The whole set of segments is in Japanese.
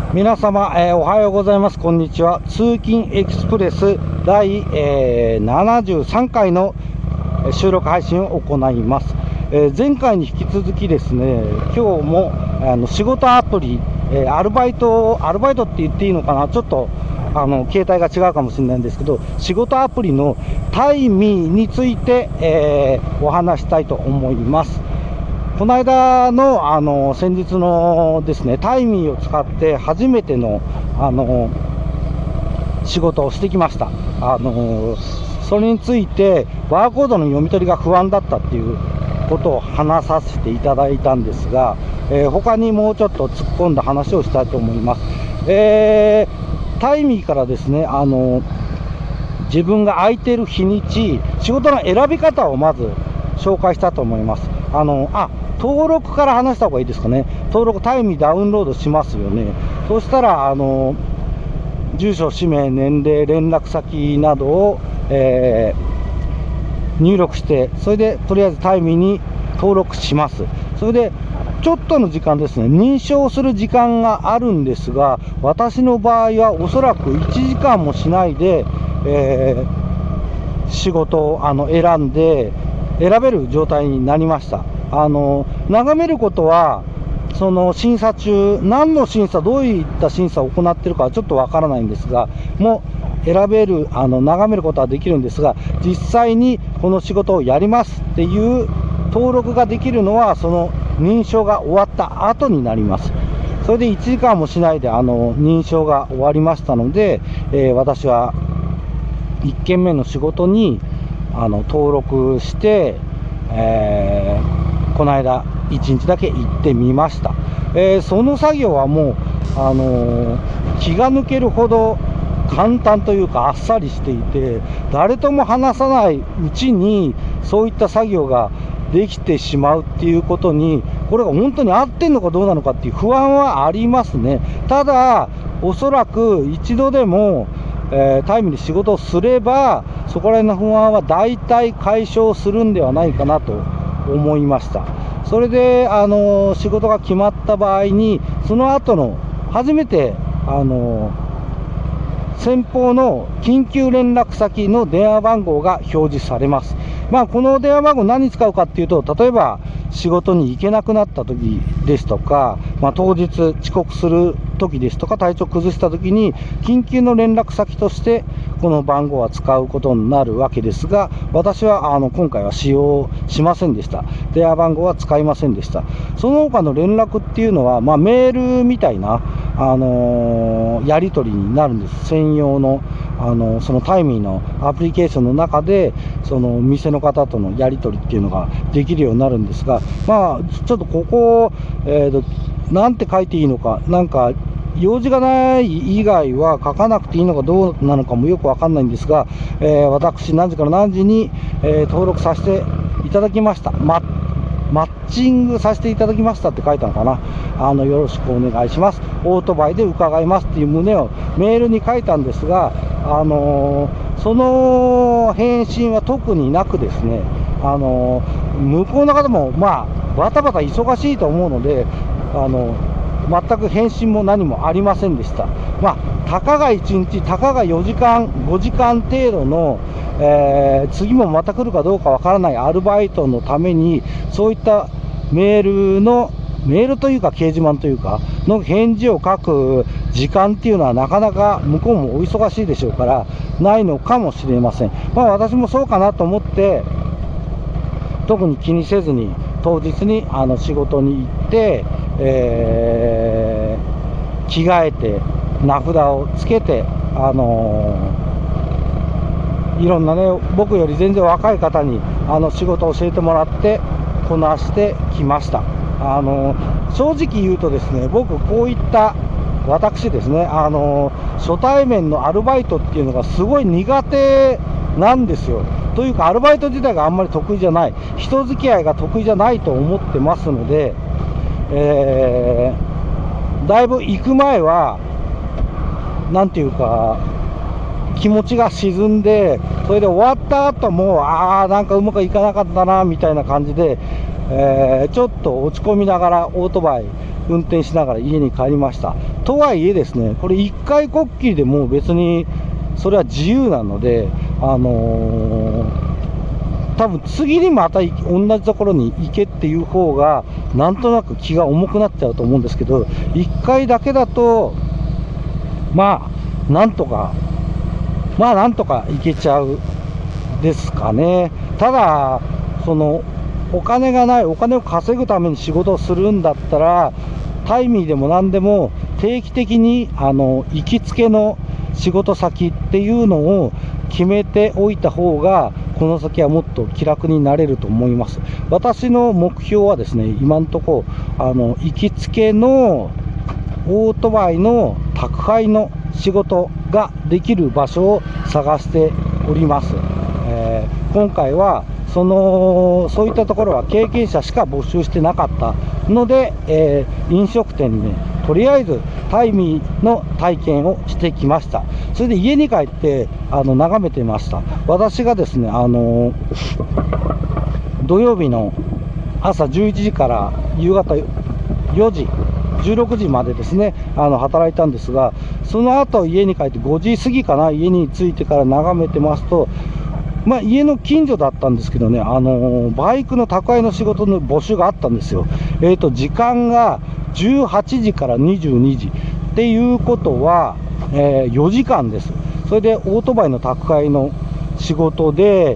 皆様、おはようございます。こんにちは。通勤エクスプレス第、73回の収録配信を行います。前回に引き続きですね、今日も仕事アプリ、アルバイトって言っていいのかな、ちょっと携帯が違うかもしれないんですけど、仕事アプリのタイミーについて、お話したいと思います。この間の、先日のですね、タイミーを使って初めての、仕事をしてきました。それについてバーコードの読み取りが不安だったっていうことを話させていただいたんですが、他にもうちょっと突っ込んだ話をしたいと思います。タイミーからですね、自分が空いている日にち、仕事の選び方をまず紹介したと思います。登録から話した方がいいですかね。登録、タイミーダウンロードしますよね。そうしたら、住所、氏名、年齢、連絡先などを、入力して、それでとりあえずタイミーに登録します。それでちょっとの時間ですね、認証する時間があるんですが、私の場合はおそらく1時間もしないで、仕事を選べる状態になりました。眺めることは、その審査中、何の審査、どういった審査を行っているかはちょっとわからないんですが、もう選べる、眺めることはできるんですが、実際にこの仕事をやりますっていう登録ができるのは、その認証が終わった後になります。それで1時間もしないで認証が終わりましたので、私は1件目の仕事に登録して、この間1日だけ行ってみました。その作業はもう、気が抜けるほど簡単というかあっさりしていて、誰とも話さないうちにそういった作業ができてしまうっていうことに、これが本当に合ってんのかどうなのかっていう不安はありますね。ただおそらく一度でも、タイムに仕事をすれば、そこら辺の不安は大体解消するんではないかなと思いました。それで仕事が決まった場合に、その後の初めて先方の緊急連絡先の電話番号が表示されます。この電話番号何に使うかっていうと、例えば仕事に行けなくなった時ですとか、当日遅刻する時ですとか、体調崩した時に緊急の連絡先としてこの番号は使うことになるわけですが、私は今回は使用しませんでした。電話番号は使いませんでした。その他の連絡っていうのは、メールみたいなやり取りになるんです。専用のそのタイミーのアプリケーションの中で、その店の方とのやり取りっていうのができるようになるんですが、ちょっとここ、なんて書いていいのか、なんか用事がない以外は書かなくていいのかどうなのかもよくわかんないんですが、私何時から何時に、登録させていただきました。マッチングさせていただきましたって書いたのかな。よろしくお願いします。オートバイで伺いますっていう旨をメールに書いたんですが、その返信は特になくですね、向こうの方もバタバタ忙しいと思うので、全く返信も何もありませんでした。たかが1日、たかが4時間、5時間程度の、次もまた来るかどうかわからないアルバイトのために、そういったメールというか掲示板というかの返事を書く時間っていうのはなかなか向こうもお忙しいでしょうからないのかもしれません。私もそうかなと思って特に気にせずに当日に仕事に行って、着替えて名札をつけていろんなね、僕より全然若い方に仕事を教えてもらってこなしてきました。正直言うとですね、僕こういった私ですね、初対面のアルバイトっていうのがすごい苦手なんですよ。というかアルバイト自体があんまり得意じゃない、人付き合いが得意じゃないと思ってますので、だいぶ行く前はなんていうか気持ちが沈んで、それで終わった後もなんかうまくいかなかったなみたいな感じで、ちょっと落ち込みながらオートバイ運転しながら家に帰りました。とはいえですね、これ1回こっきりでもう別にそれは自由なので、多分次にまた同じところに行けっていう方がなんとなく気が重くなっちゃうと思うんですけど、1回だけだとなんとか行けちゃうですかね。ただお金がない、お金を稼ぐために仕事をするんだったら、タイミーでも何でも定期的に行きつけの仕事先っていうのを決めておいた方が、この先はもっと気楽になれると思います。私の目標はですね、今のところ行きつけのオートバイの宅配の仕事ができる場所を探しております。今回はそういったところは経験者しか募集してなかったので、飲食店にね、とりあえずタイミーの体験をしてきました。それで家に帰って眺めてました。私がですね、土曜日の朝11時から夕方4時16時までですね、働いたんですが、その後家に帰って5時過ぎかな、家に着いてから眺めてますと、家の近所だったんですけどね、バイクの宅配の仕事の募集があったんですよ。時間が18時から22時っていうことは、4時間です。それでオートバイの宅配の仕事で、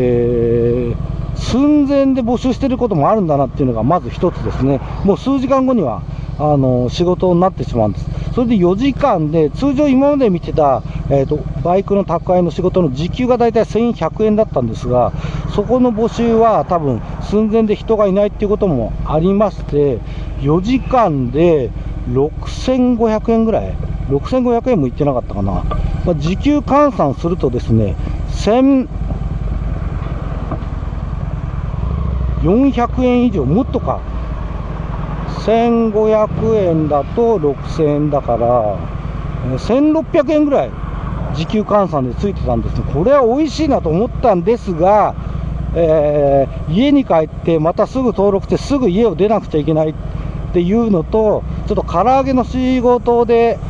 寸前で募集してることもあるんだなっていうのがまず一つですね。もう数時間後には仕事になってしまうんです。それで4時間で、通常今まで見てた、バイクの宅配の仕事の時給がだいたい1100円だったんですが、そこの募集は多分寸前で人がいないっていうこともありまして、4時間で6500円ぐらい、6500円もいってなかったかな。時給換算するとですね、1400円以上、もっとか。1500円だと6000円だから、1600円ぐらい時給換算でついてたんですね。これは美味しいなと思ったんですが、家に帰ってまたすぐ登録してすぐ家を出なくちゃいけないっていうのと、ちょっと唐揚げの仕事で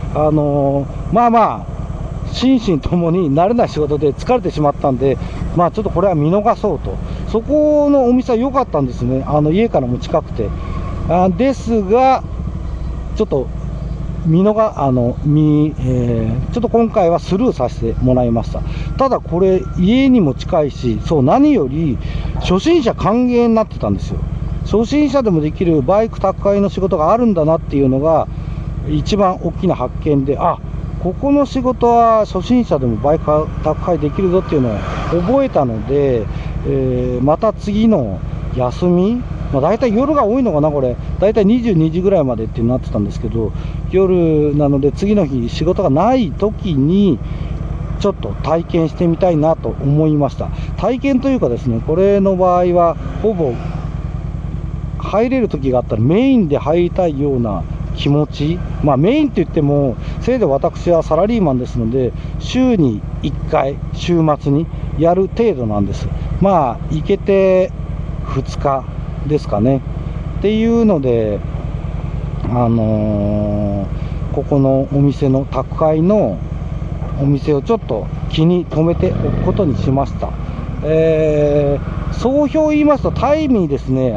心身ともに慣れない仕事で疲れてしまったんで、ちょっとこれは見逃そうと。そこのお店は良かったんですね。家からも近くて。ですが、ちょっとちょっと今回はスルーさせてもらいました。ただこれ家にも近いし、何より初心者歓迎になってたんですよ。初心者でもできるバイク宅配の仕事があるんだなっていうのが一番大きな発見で、ここの仕事は初心者でもバイク宅配できるぞっていうのを覚えたので、また次の休み、大体夜が多いのかな、これ大体22時ぐらいまでってなってたんですけど、夜なので次の日仕事がない時にちょっと体験してみたいなと思いました。体験というかですね、これの場合はほぼ入れる時があったらメインで入りたいような気持ち、メインって言ってもせいぜい私はサラリーマンですので、週に1回週末にやる程度なんです。行けて2日ですかねっていうので、ここのお店の宅配のお店をちょっと気に留めておくことにしました。総評言いますとタイミーですね。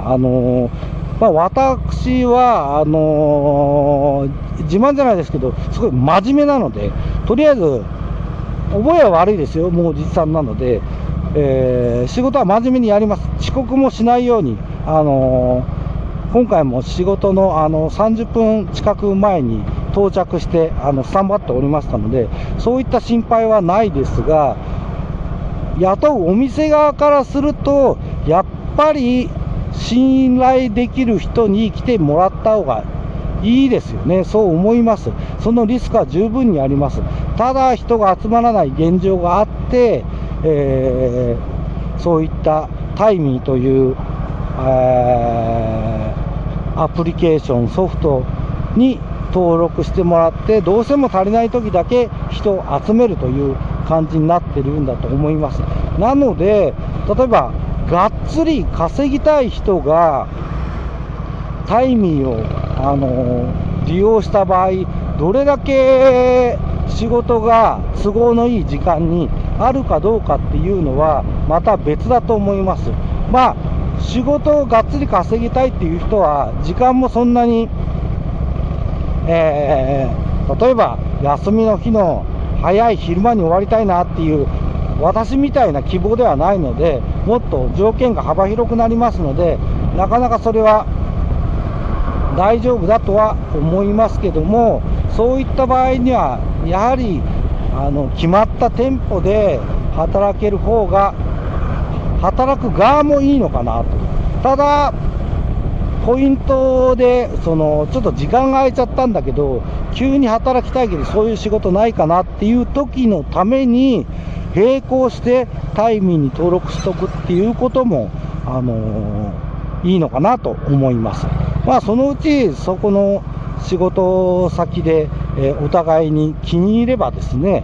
私は自慢じゃないですけど、すごい真面目なので、とりあえず覚えは悪いですよ、もうおじさんなので、仕事は真面目にやります。遅刻もしないように、今回も仕事の30分近く前に到着してスタンバっておりましたので、そういった心配はないですが、雇うお店側からするとやっぱり信頼できる人に来てもらった方がいいですよね。そう思います。そのリスクは十分にあります。ただ人が集まらない現状があって、そういったタイミーという、アプリケーションソフトに登録してもらって、どうしても足りない時だけ人を集めるという感じになってるんだと思います。なので例えばがっつり稼ぎたい人がタイミーを利用した場合、どれだけ仕事が都合のいい時間にあるかどうかっていうのはまた別だと思います。まあ仕事をがっつり稼ぎたいっていう人は時間もそんなに、例えば休みの日の早い昼間に終わりたいなっていう私みたいな希望ではないので、もっと条件が幅広くなりますので、なかなかそれは大丈夫だとは思いますけども、そういった場合にはやはり決まった店舗で働ける方が働く側もいいのかなと。ただポイントでちょっと時間が空いちゃったんだけど急に働きたいけどそういう仕事ないかなっていう時のために並行してタイミーに登録しとくっていうこともいいのかなと思います。まあそのうちそこの仕事先で、お互いに気に入ればですね、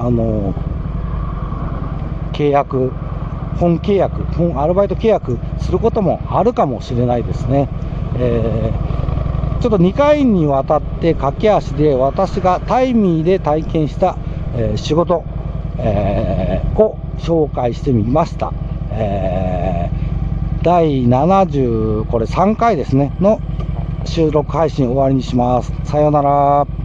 契約、本契約、本アルバイト契約することもあるかもしれないですね。ちょっと2回にわたって駆け足で私がタイミーで体験した、仕事、を紹介してみました。第73回ですねの収録配信終わりにします。さようなら。